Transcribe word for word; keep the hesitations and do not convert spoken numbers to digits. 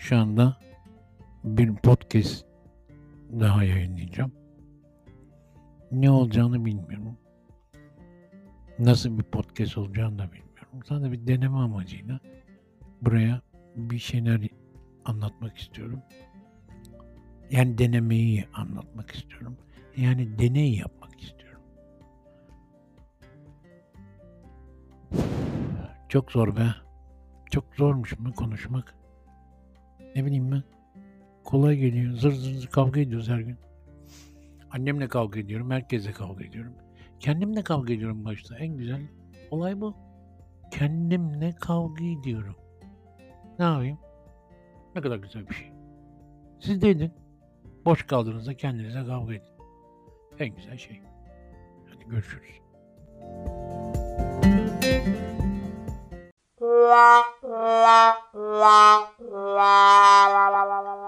Şu anda bir podcast daha yayınlayacağım. Ne olacağını bilmiyorum. Nasıl bir podcast olacağını da bilmiyorum. Sadece bir deneme amacıyla buraya bir şeyler anlatmak istiyorum. Yani denemeyi anlatmak istiyorum. Yani deney yapmak istiyorum. Çok zor be. Çok zormuş mu konuşmak? Ne bileyim ben. Kolay geliyor. Zır zır zır kavga ediyoruz her gün. Annemle kavga ediyorum. Herkesle kavga ediyorum. Kendimle kavga ediyorum başta. En güzel olay bu. Kendimle kavga ediyorum. Ne yapayım? Ne kadar güzel bir şey. Siz de edin. Boş kaldığınızda kendinize kavga edin. En güzel şey. Hadi görüşürüz. La la la la la la la la.